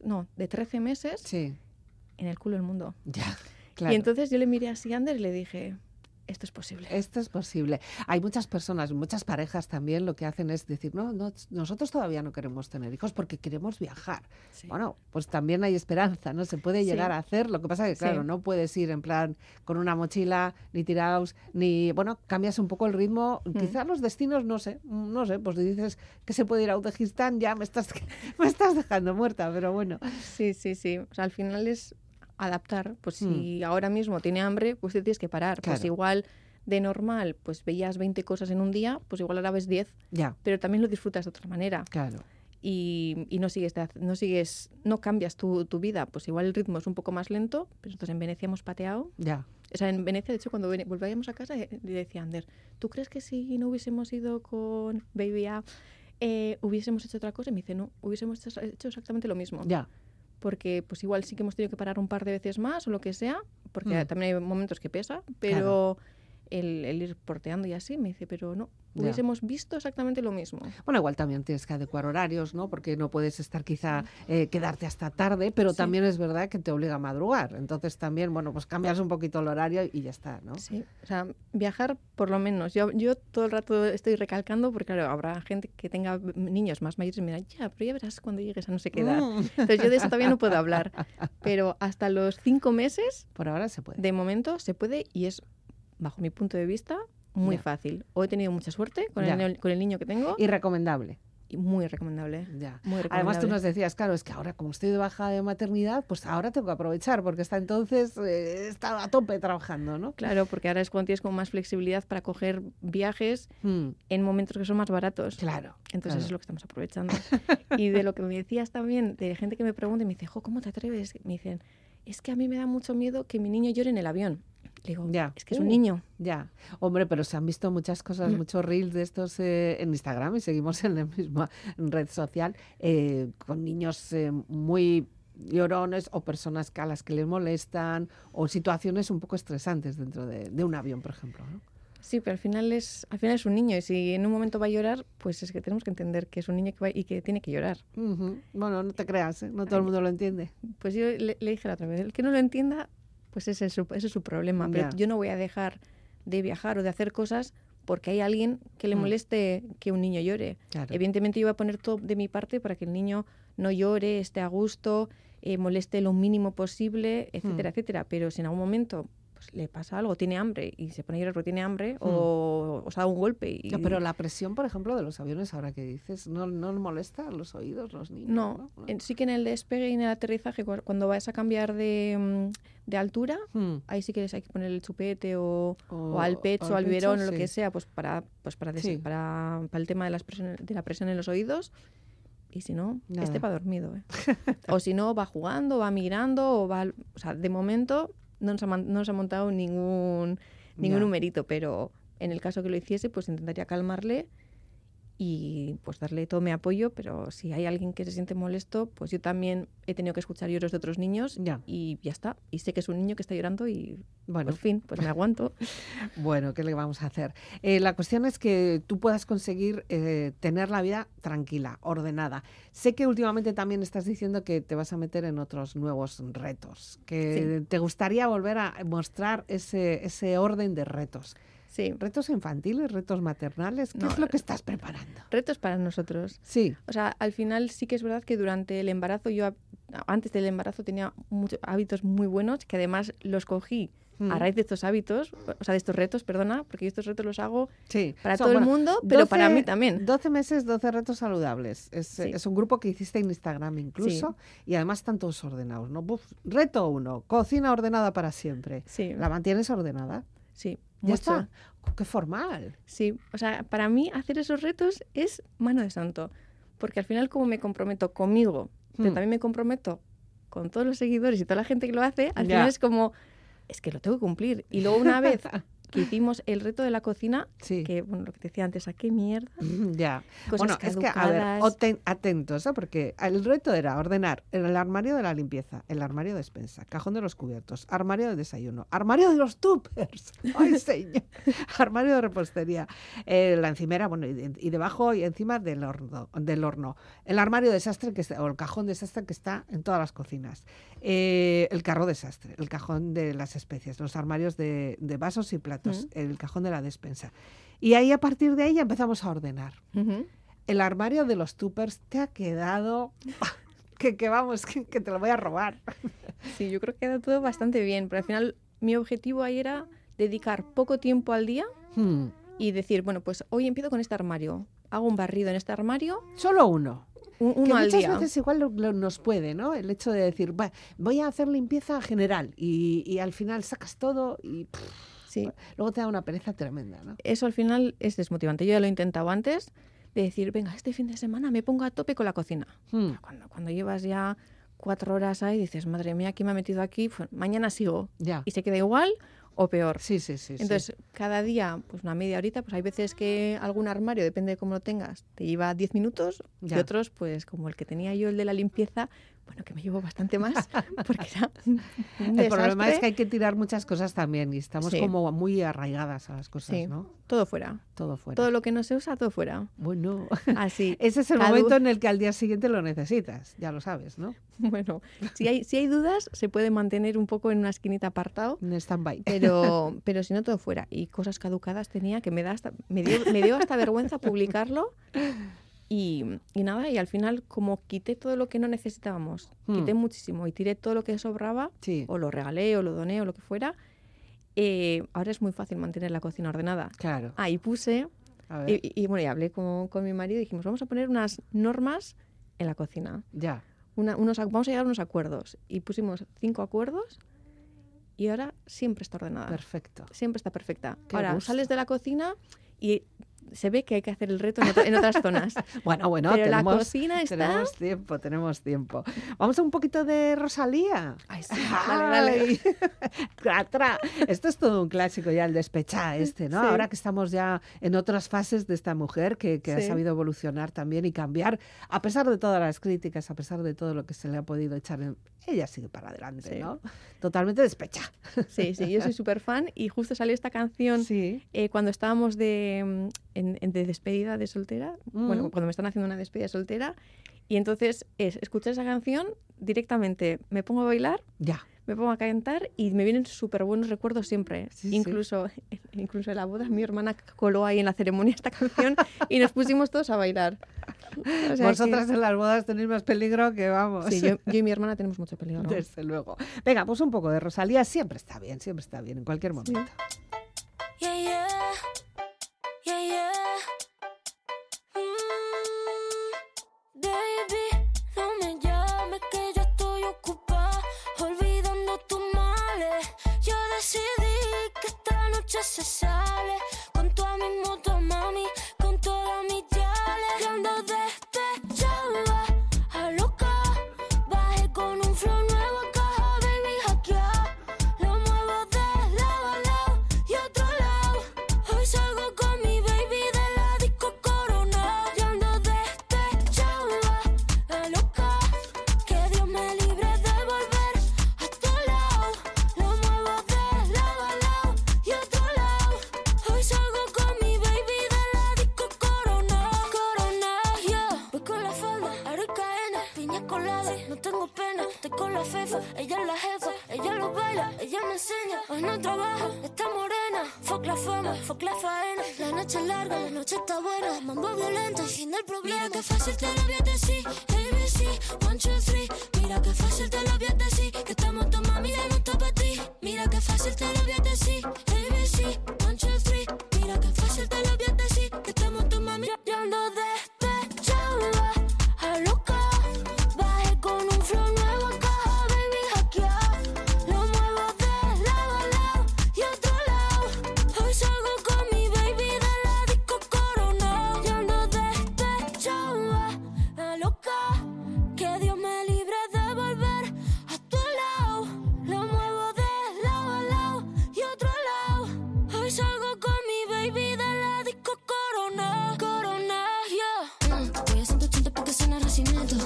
Sí. en el culo del mundo. Ya, claro. Y entonces yo le miré a Siander y le dije, esto es posible. Esto es posible. Hay muchas personas, muchas parejas también lo que hacen es decir, no, nosotros todavía no queremos tener hijos porque queremos viajar. Sí. Bueno, pues también hay esperanza, ¿no? Se puede llegar a hacer. Lo que pasa es que, claro, no puedes ir en plan con una mochila, ni tirados, ni, bueno, cambias un poco el ritmo. Quizás los destinos, no sé, pues dices que se puede ir a Uzbekistán, ya me estás dejando muerta, pero bueno. Sí. O sea, al final es adaptar, pues si ahora mismo tiene hambre, pues te tienes que parar. Claro. Pues igual de normal, pues veías 20 cosas en un día, pues igual ahora ves 10, Ya, pero también lo disfrutas de otra manera. claro. Y no cambias tu vida, pues igual el ritmo es un poco más lento, pero entonces en Venecia hemos pateado. Ya. O sea, en Venecia, de hecho, cuando volvíamos a casa, le decía a Ander, ¿tú crees que si no hubiésemos ido con Baby A, hubiésemos hecho otra cosa? Y me dice, no, hubiésemos hecho exactamente lo mismo. Ya. Porque pues igual sí que hemos tenido que parar un par de veces más o lo que sea, porque también hay momentos que pesa, pero el ir porteando y así, me dice, pero no, hubiésemos visto exactamente lo mismo. Bueno, igual también tienes que adecuar horarios, ¿no? Porque no puedes estar quizá quedarte hasta tarde, pero también es verdad que te obliga a madrugar. Entonces también, bueno, pues cambias un poquito el horario y ya está, ¿no? Sí, o sea, viajar por lo menos. Yo todo el rato estoy recalcando, porque claro, habrá gente que tenga niños más mayores y me dirán, ya, pero ya verás cuando llegues a no sé qué edad. Entonces yo de eso todavía no puedo hablar. Pero hasta los 5 meses, Por ahora se puede. de momento, se puede y es, bajo mi punto de vista, muy fácil. O he tenido mucha suerte con el niño que tengo. Y recomendable. Y muy recomendable. Ya. Muy recomendable. Además tú nos decías, claro, es que ahora como estoy de baja de maternidad, pues ahora tengo que aprovechar, porque hasta entonces estaba a tope trabajando, ¿no? Claro, porque ahora es cuando tienes como más flexibilidad para coger viajes en momentos que son más baratos. Claro. Entonces eso es lo que estamos aprovechando. Y de lo que me decías también, de gente que me pregunta y me dice, ¿cómo te atreves? Me dicen, es que a mí me da mucho miedo que mi niño llore en el avión. Le digo, es que es un niño. Ya, hombre, pero se han visto muchas cosas, muchos reels de estos en Instagram y seguimos en la misma red social con niños muy llorones o personas a las que les molestan o situaciones un poco estresantes dentro de un avión, por ejemplo, ¿no? Sí, pero al final es un niño y si en un momento va a llorar, pues es que tenemos que entender que es un niño que va y que tiene que llorar. Bueno, no te creas, ¿eh? No todo el mundo lo entiende. Pues yo le dije la otra vez, el que no lo entienda, pues ese es su problema. Pero Ya. yo no voy a dejar de viajar o de hacer cosas porque hay alguien que le moleste que un niño llore. Claro. Evidentemente yo voy a poner todo de mi parte para que el niño no llore, esté a gusto, moleste lo mínimo posible, etcétera, etcétera. Pero si en algún momento pues, le pasa algo, tiene hambre y se pone a llorar porque tiene hambre o se da un golpe. Y... No, pero la presión, por ejemplo, de los aviones, ahora que dices, ¿no molesta a los oídos los niños? No, sí que en el despegue y en el aterrizaje, cuando vas a cambiar de altura, ahí sí que hay que poner el chupete o al pecho, o al biberón, o lo que sea, pues para el tema de la presión en los oídos. Y si no, Nada. va dormido. O si no, va jugando, va mirando, o sea, de momento no nos ha montado ningún numerito, pero en el caso que lo hiciese, pues intentaría calmarle y pues darle todo mi apoyo, pero si hay alguien que se siente molesto, pues yo también he tenido que escuchar lloros de otros niños y ya está. Y sé que es un niño que está llorando y bueno, por fin, pues me aguanto. Bueno, ¿qué le vamos a hacer? La cuestión es que tú puedas conseguir tener la vida tranquila, ordenada. Sé que últimamente también estás diciendo que te vas a meter en otros nuevos retos, que te gustaría volver a mostrar ese orden de retos. Sí. ¿Retos infantiles, retos maternales? ¿Qué es lo que estás preparando? Retos para nosotros. Sí. O sea, al final sí que es verdad que durante el embarazo, antes del embarazo tenía muchos hábitos muy buenos, que además los cogí a raíz de estos hábitos, o sea, de estos retos, perdona, porque yo estos retos los hago para todo el mundo, pero para mí también. 12 meses, 12 retos saludables. Es un grupo que hiciste en Instagram incluso, y además están todos ordenados, ¿no? Reto 1, cocina ordenada para siempre. Sí. ¿La mantienes ordenada? Sí. Ya mucho. está. ¡Qué formal! Sí, o sea, para mí hacer esos retos es mano de santo, porque al final como me comprometo conmigo, pero también me comprometo con todos los seguidores y toda la gente que lo hace, al final es como, es que lo tengo que cumplir. Y luego una vez que hicimos el reto de la cocina, que bueno, lo que te decía antes, ¿a qué mierda? Ya. Cosas bueno, caducadas. Es que, a ver, atentos, porque el reto era ordenar el armario de la limpieza, el armario de despensa, cajón de los cubiertos, armario de desayuno, armario de los tuppers, ¡ay, señor! Armario de repostería, la encimera, bueno, y debajo y encima del horno, el armario desastre o el cajón desastre que está en todas las cocinas, el carro desastre, el cajón de las especies, los armarios de vasos y platos, el cajón de la despensa. Y ahí, a partir de ahí, ya empezamos a ordenar. El armario de los tuppers te ha quedado... que te lo voy a robar. Sí, yo creo que queda todo bastante bien, pero al final mi objetivo ahí era dedicar poco tiempo al día y decir, bueno, pues hoy empiezo con este armario, hago un barrido en este armario. Solo uno. Uno al día. Muchas veces igual nos puede, ¿no? El hecho de decir, voy a hacer limpieza general y al final sacas todo y... Sí. Luego te da una pereza tremenda, ¿no? Eso al final es desmotivante. Yo ya lo he intentado antes, de decir, venga, este fin de semana me pongo a tope con la cocina. Cuando llevas ya 4 horas ahí, dices, madre mía, ¿quién me ha metido aquí? Pues, mañana sigo. Y se queda igual o peor. Sí. Entonces, cada día, pues una media horita, pues hay veces que algún armario, depende de cómo lo tengas, te lleva 10 minutos y otros, pues como el que tenía yo, el de la limpieza, bueno, que me llevó bastante más, porque era un desastre. El problema es que hay que tirar muchas cosas también y estamos como muy arraigadas a las cosas, ¿no? Todo fuera. Todo fuera. Todo lo que no se usa, todo fuera. Bueno, así. Ese es el momento en el que al día siguiente lo necesitas, ya lo sabes, ¿no? Bueno, si hay dudas, se puede mantener un poco en una esquinita apartado. En stand-by. Pero si no, todo fuera. Y cosas caducadas tenía que me dio hasta vergüenza publicarlo. Y nada, y al final, como quité todo lo que no necesitábamos, quité muchísimo y tiré todo lo que sobraba, o lo regalé, o lo doné, o lo que fuera, ahora es muy fácil mantener la cocina ordenada. Claro. Y puse, y bueno, y hablé con mi marido y dijimos, vamos a poner unas normas en la cocina. Ya. Vamos a llegar a unos acuerdos. Y pusimos 5 acuerdos y ahora siempre está ordenada. Perfecto. Siempre está perfecta. Qué ahora gusto. sales de la cocina y se ve que hay que hacer el reto en otras zonas. Bueno, Pero la cocina está... Tenemos tiempo. Vamos a un poquito de Rosalía. Ay, sí, dale. Catra. Esto es todo un clásico ya, el despechá este, ¿no? Sí. Ahora que estamos ya en otras fases de esta mujer que ha Sí. sabido evolucionar también y cambiar, a pesar de todas las críticas, a pesar de todo lo que se le ha podido echar en... Ella sigue para adelante, Sí. ¿no? Totalmente despechá. Sí, yo soy súper fan y justo salió esta canción Sí. cuando estábamos de despedida de soltera, bueno, cuando me están haciendo una despedida soltera, y entonces escuchar esa canción directamente, me pongo a bailar, Ya. me pongo a cantar y me vienen súper buenos recuerdos siempre. Sí, sí. incluso en la boda mi hermana coló ahí en la ceremonia esta canción y nos pusimos todos a bailar. O sea Vosotras en las bodas tenéis más peligro que vamos. Sí, yo y mi hermana tenemos mucho peligro. Desde luego. Venga, pues un poco de Rosalía siempre está bien, en cualquier momento. Yeah, yeah. Yeah, yeah. Baby, no me llames que ya estoy ocupada, olvidando tus males. Yo decidí que esta noche se sale con toda mi moto, mami, con todas mis yales. Yo ando despechada, a loca, bajé con un flow nuevo a caja, baby, hackeada. Lo muevo de lado a lado y otro lado. Hoy salgo con mi baby de la disco Corona. Yo ando despechada, la loca, que Dios me libre de volver a tu lado. Lo muevo de lado a lado y otro lado. Hoy salgo con mi baby de la disco Corona. Corona, yeah. Voy con la falda, aro y cadena, piña colada, no tengo pena. Estoy con la fefa, ella es la jefa, ella lo baila, ella me enseña. Hoy no trabaja, está morena. Fuck la fama, fuck la faena. La noche es larga, la noche está buena. Mambo violento, el fin del problema. Mira que fácil te lo voy a decir, ABC, 1, 2, 3. Mira que fácil te lo voy a decir, que estamos tomando, mira, no está para ti. Mira que fácil te lo voy a decir, ABC, 1, 2, 3. Mira que fácil te lo voy a decir, que estamos tomando, yo ando despechada, a loca, bajé con un flow nuevo a caja, baby, hackeada. Lo muevo de lado a lado y otro lado. Hoy salgo con mi baby de la disco Corona. Yo ando despechada, la loca, que Dios me libre de volver a tu lado. Lo muevo de lado a lado y otro lado. Hoy salgo con mi baby de la disco Corona. Corona, yeah. Voy a 180 porque suena Recinito.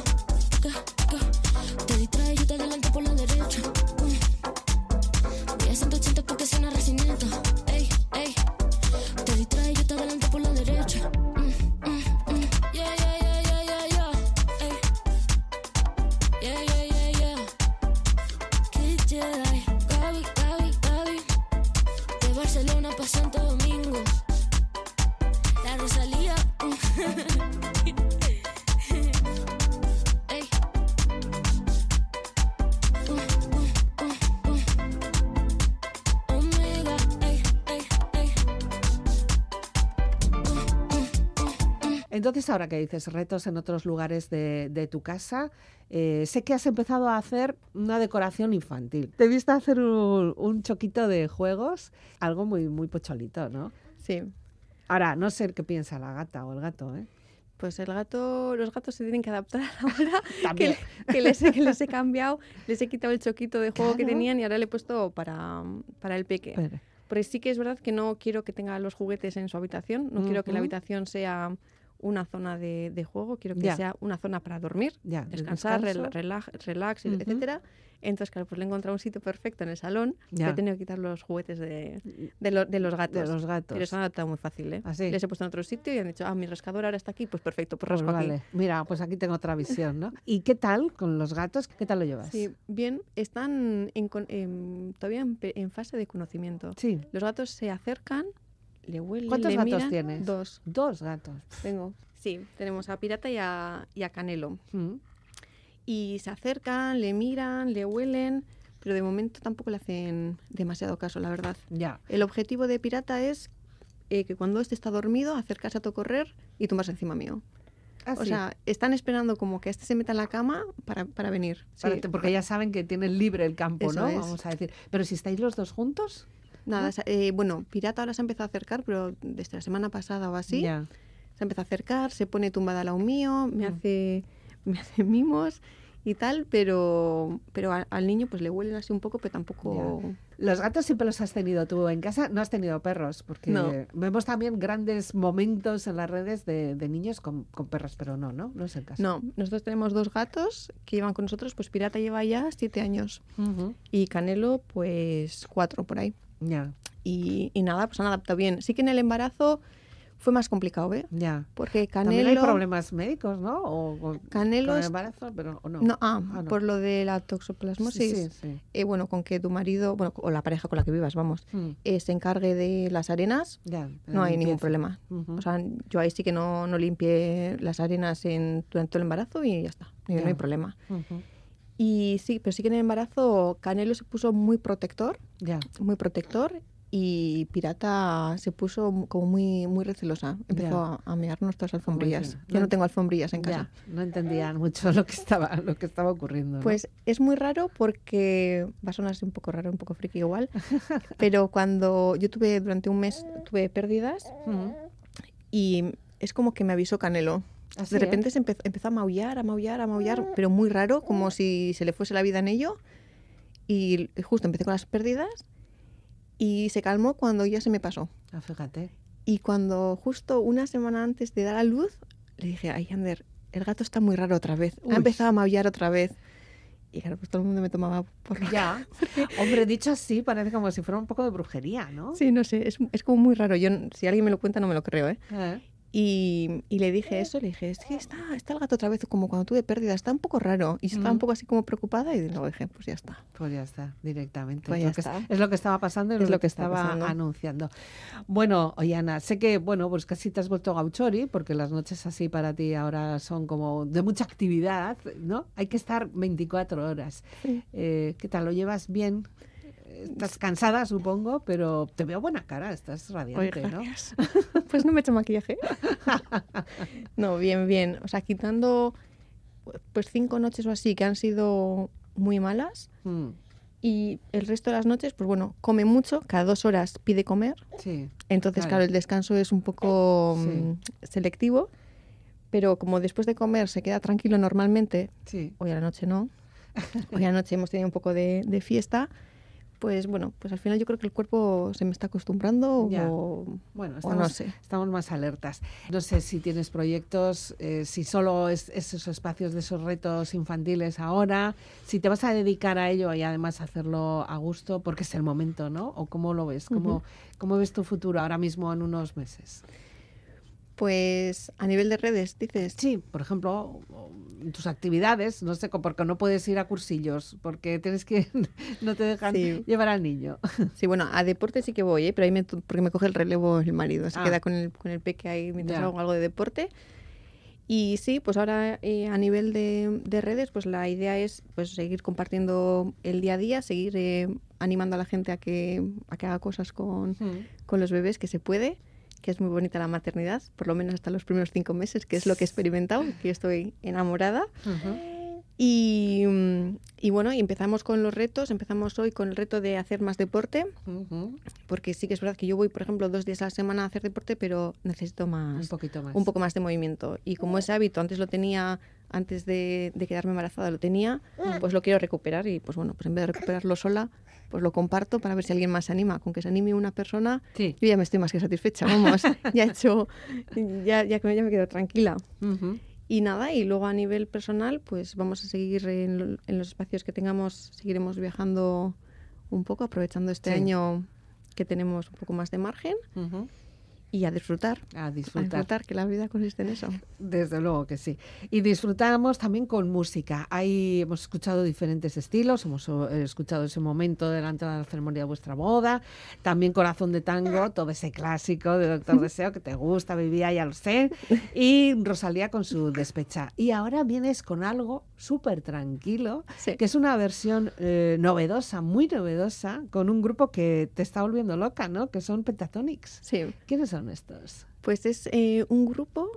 Te distrae, yo te adelanto por la derecha. Voy a 180 porque suena Recinito. Ey, ey. Te distrae, yo te adelanto por la derecha. Yeah, yeah, yeah, yeah, yeah, yeah. Ey. Yeah, yeah, yeah, yeah. Kid Jedi. Gaby, Gaby, Gaby. De Barcelona pa' Santo Domingo. La Rosalía. Ey. Omega, ey, ey, ey. Entonces, ahora que dices retos en otros lugares de tu casa, sé que has empezado a hacer una decoración infantil. Te he visto hacer un choquito de juegos, algo muy, muy pocholito, ¿no? Sí. Ahora, no sé qué piensa la gata o el gato, ¿eh? Pues los gatos se tienen que adaptar ahora También. que les he cambiado, les he quitado el choquito de juego que Claro. tenían y ahora le he puesto para el peque. Pero- Porque sí que es verdad que no quiero que tenga los juguetes en su habitación, no quiero que la Ujú. habitación sea una zona de juego, quiero que Ya. sea una zona para dormir, Ya, de descansar, descanso. relax, Ujú. etcétera. Entonces, claro, pues le he encontrado un sitio perfecto en el salón, Ya. que he tenido que quitar los juguetes de los gatos. De los gatos. Pero se han adaptado muy fácil, ¿eh? ¿Ah, sí? Les he puesto en otro sitio y han dicho, mi rascador ahora está aquí, pues perfecto, pues Pues rasco aquí. vale. Mira, pues aquí tengo otra visión, ¿no? ¿Y qué tal con los gatos? ¿Qué tal lo llevas? Sí, bien, están todavía en fase de conocimiento. Sí. Los gatos se acercan, le huelen, ¿Cuántos le gatos miran. tienes? 2. 2 gatos. Tengo. Sí, tenemos a Pirata y a Canelo. Mm. Y se acercan, le miran, le huelen, pero de momento tampoco le hacen demasiado caso, la verdad. Ya. El objetivo de Pirata es que cuando este está dormido, acercarse a tu correr y tumbarse encima mío. Ah, O sí. sea, están esperando como que este se meta en la cama para venir. Sí. Porque ya saben que tienen libre el campo, Eso ¿no? es. Vamos a decir. Pero si estáis los dos juntos, Nada, bueno, Pirata ahora se ha empezado a acercar, pero desde la semana pasada o así. Ya. Se empieza a acercar, se pone tumbada al lado mío, me hace mimos y tal, pero al niño pues le huelen así un poco, pero tampoco... Ya. Los gatos siempre los has tenido tú en casa, no has tenido perros, porque No. vemos también grandes momentos en las redes de niños con perros, pero no es el caso. No, nosotros tenemos 2 gatos que llevan con nosotros, pues Pirata lleva ya 7 años Ujú. y Canelo pues 4 por ahí. Ya, Y nada, pues han adaptado bien. Sí que en el embarazo fue más complicado, ¿eh? ya. Porque También hay Canelo... problemas médicos, ¿no? O con Canelo el es- embarazo, pero o no. No, no. por lo de la toxoplasmosis. Sí. Bueno, con que tu marido, bueno, o la pareja con la que vivas, vamos, Mm, se encargue de las arenas, ya, no hay ningún limpieza. problema. Ujú. O sea, yo ahí sí que no limpié las arenas durante todo el embarazo y ya está, no Ya. hay problema. Ujú. Y sí, pero sí que en el embarazo Canelo se puso muy protector, y Pirata se puso como muy recelosa. Empezó a mearnos todas las alfombrillas. Imagino. Yo no tengo alfombrillas en casa. Ya, no entendían mucho lo que estaba ocurriendo, ¿no? Pues es muy raro porque va a sonar así un poco raro, un poco friki igual, pero cuando yo durante un mes tuve pérdidas Ujú. y es como que me avisó Canelo. Así, De repente se empezó a maullar, pero muy raro, como si se le fuese la vida en ello. Y justo empecé con las pérdidas y se calmó cuando ya se me pasó. Ah, fíjate. Y cuando justo una semana antes de dar a luz, le dije, ay, Ander, el gato está muy raro otra vez. Uy. Ha empezado a maullar otra vez. Y claro, pues todo el mundo me tomaba por loca. Ya. Hombre, dicho así, parece como si fuera un poco de brujería, ¿no? Sí, no sé, es como muy raro. Yo, si alguien me lo cuenta, no me lo creo, ¿eh? ¿Eh? Y le dije eso, le dije, es que está el gato otra vez como cuando tuve pérdida, está un poco raro. Y yo estaba un poco así como preocupada y luego dije, pues ya está. Pues ya está, directamente. Pues Es ya lo que está. es lo que estaba pasando y Es lo que está estaba pasando. anunciando. Bueno, Ollana, sé que, bueno, pues casi te has vuelto gauchori, porque las noches así para ti ahora son como de mucha actividad, ¿no? Hay que estar 24 horas. Sí. ¿Qué tal? ¿Lo llevas bien? Estás cansada, supongo, pero te veo buena cara, estás radiante, Oye, ¿no? gracias. Pues no me he hecho maquillaje. No, bien. O sea, quitando pues 5 noches o así que han sido muy malas Mm, y el resto de las noches, pues bueno, come mucho, cada 2 horas pide comer. sí. Entonces, Claro. claro, el descanso es un poco Sí. selectivo, pero como después de comer se queda tranquilo normalmente, Sí. hoy a la noche no, hoy a la noche hemos tenido un poco de fiesta, pues bueno, pues al final yo creo que el cuerpo se me está acostumbrando Ya. o Bueno, no estamos, sé. estamos más alertas. No sé si tienes proyectos, si solo es esos espacios de esos retos infantiles ahora, si te vas a dedicar a ello y además hacerlo a gusto, porque es el momento, ¿no? ¿O cómo lo ves? ¿Cómo ves tu futuro ahora mismo en unos meses? Pues a nivel de redes, dices. Sí, por ejemplo, o tus actividades, no sé, porque no puedes ir a cursillos, porque tienes que, no te dejan Sí. llevar al niño. Sí, bueno, a deporte sí que voy, ¿eh? Pero ahí porque me coge el relevo el marido, se Ah. queda con el peque ahí mientras Ya. hago algo de deporte. Y sí, pues ahora a nivel de redes, pues la idea es pues seguir compartiendo el día a día, seguir animando a la gente a que haga cosas con los bebés, que se puede, que es muy bonita la maternidad, por lo menos hasta los primeros 5 meses, que es lo que he experimentado, que estoy enamorada. Y bueno, y empezamos con los retos. Empezamos hoy con el reto de hacer más deporte, porque sí que es verdad que yo voy, por ejemplo, 2 días a la semana a hacer deporte, pero necesito Un poquito más. un poco más de movimiento. Y como ese hábito antes lo tenía, antes de quedarme embarazada lo tenía, pues lo quiero recuperar. Y pues bueno, pues en vez de recuperarlo sola, pues lo comparto para ver si alguien más se anima. Con que se anime una persona, Sí. yo ya me estoy más que satisfecha. Vamos, ya he hecho, ya me quedo tranquila. Ujú. Y nada, y luego a nivel personal, pues vamos a seguir en los espacios que tengamos, seguiremos viajando un poco, aprovechando este Sí. año que tenemos un poco más de margen Ujú. y a disfrutar. A A disfrutar. disfrutar, que la vida consiste en eso. Desde luego que sí. Y disfrutamos también con música. Ahí hemos escuchado diferentes estilos, hemos escuchado ese momento delante de la ceremonia de vuestra boda, también Corazón de Tango, todo ese clásico de Doctor Deseo que te gusta, Vivía, ya lo sé, y Rosalía con su Despecha. Y ahora vienes con algo súper tranquilo, Sí. que es una versión novedosa, muy novedosa, con un grupo que te está volviendo loca, ¿no? Que son Pentatonix. Sí, ¿Quiénes son estos? pues es un grupo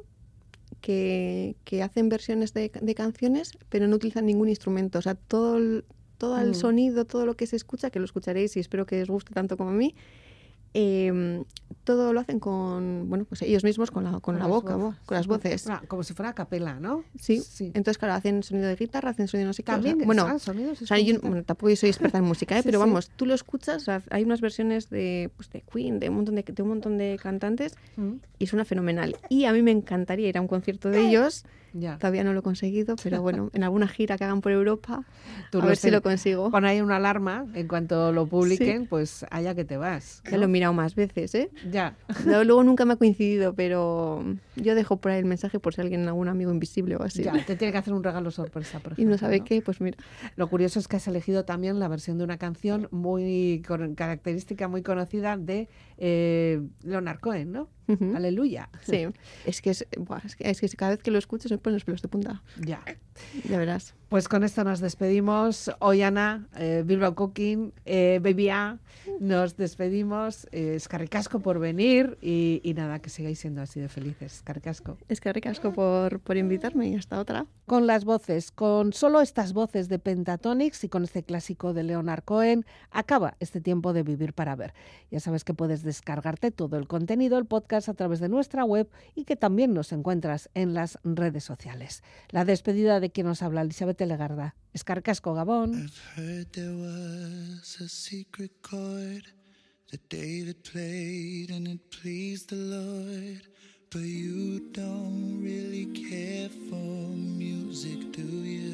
que hacen versiones de canciones, pero no utilizan ningún instrumento. O sea, todo todo el sonido, todo lo que se escucha, que lo escucharéis y espero que os guste tanto como a mí, todo lo hacen con, bueno, pues ellos mismos con la boca, con las voces. Como si fuera a capela, ¿no? Sí. Entonces, claro, hacen sonido de guitarra, hacen sonido no sé qué. También, sonidos. O sea, yo tampoco soy experta en música, Sí, pero sí. vamos, tú lo escuchas, o sea, hay unas versiones de Queen, de un montón de cantantes, y suena fenomenal. Y a mí me encantaría ir a un concierto de ellos. Ya. Todavía no lo he conseguido, pero bueno, en alguna gira que hagan por Europa, Tú a ver si lo consigo. Pon ahí una alarma, en cuanto lo publiquen, pues allá que te vas. Ya lo he mirado más veces, ¿eh? Ya. Luego nunca me ha coincidido, pero yo dejo por ahí el mensaje por si alguien, algún amigo invisible o así. Ya, te tiene que hacer un regalo sorpresa, por ejemplo. Y no sabe qué, pues mira. Lo curioso es que has elegido también la versión de una canción muy característica, muy conocida de Leonard Cohen, ¿no? Aleluya. Sí, es que cada vez que lo escucho se me ponen los pelos de punta. Ya. Ya verás. Pues con esto nos despedimos. Hoy Ana, Bilbao Cooking, Baby A, nos despedimos. Eskerrik asko por venir y nada, que sigáis siendo así de felices. Eskerrik asko. Eskerrik asko por invitarme y hasta otra. Con las voces, con solo estas voces de Pentatonix y con este clásico de Leonard Cohen, acaba este tiempo de Vivir para Ver. Ya sabes que puedes descargarte todo el contenido, el podcast a través de nuestra web y que también nos encuentras en las redes sociales. La despedida de quien nos habla, Elisabet Legarda. Eskerrik asko, Gabón. I've heard there was a secret chord that David played and it pleased the Lord. But you don't really care for music, do you?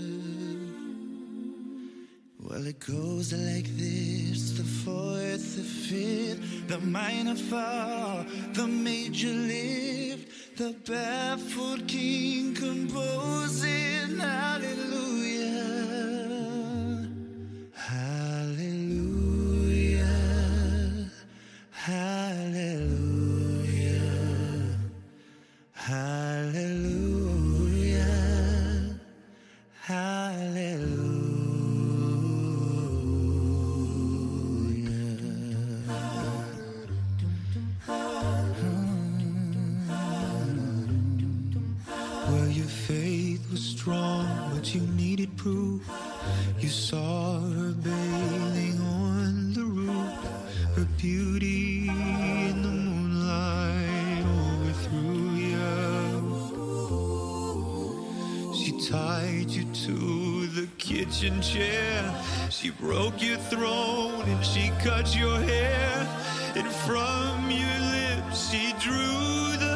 Well, it goes like this: the fourth, the fifth, the minor fall, the major lift, the baffled king composing hallelujah, hallelujah, hallelujah, hallelujah, hallelujah. Well, your faith was strong, but you needed proof. You saw her bathing on the roof, her beauty in the moonlight overthrew you. She tied you to the kitchen chair, she broke your throne and she cut your hair, and from your lips she drew the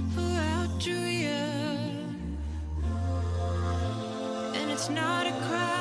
It's not a cry.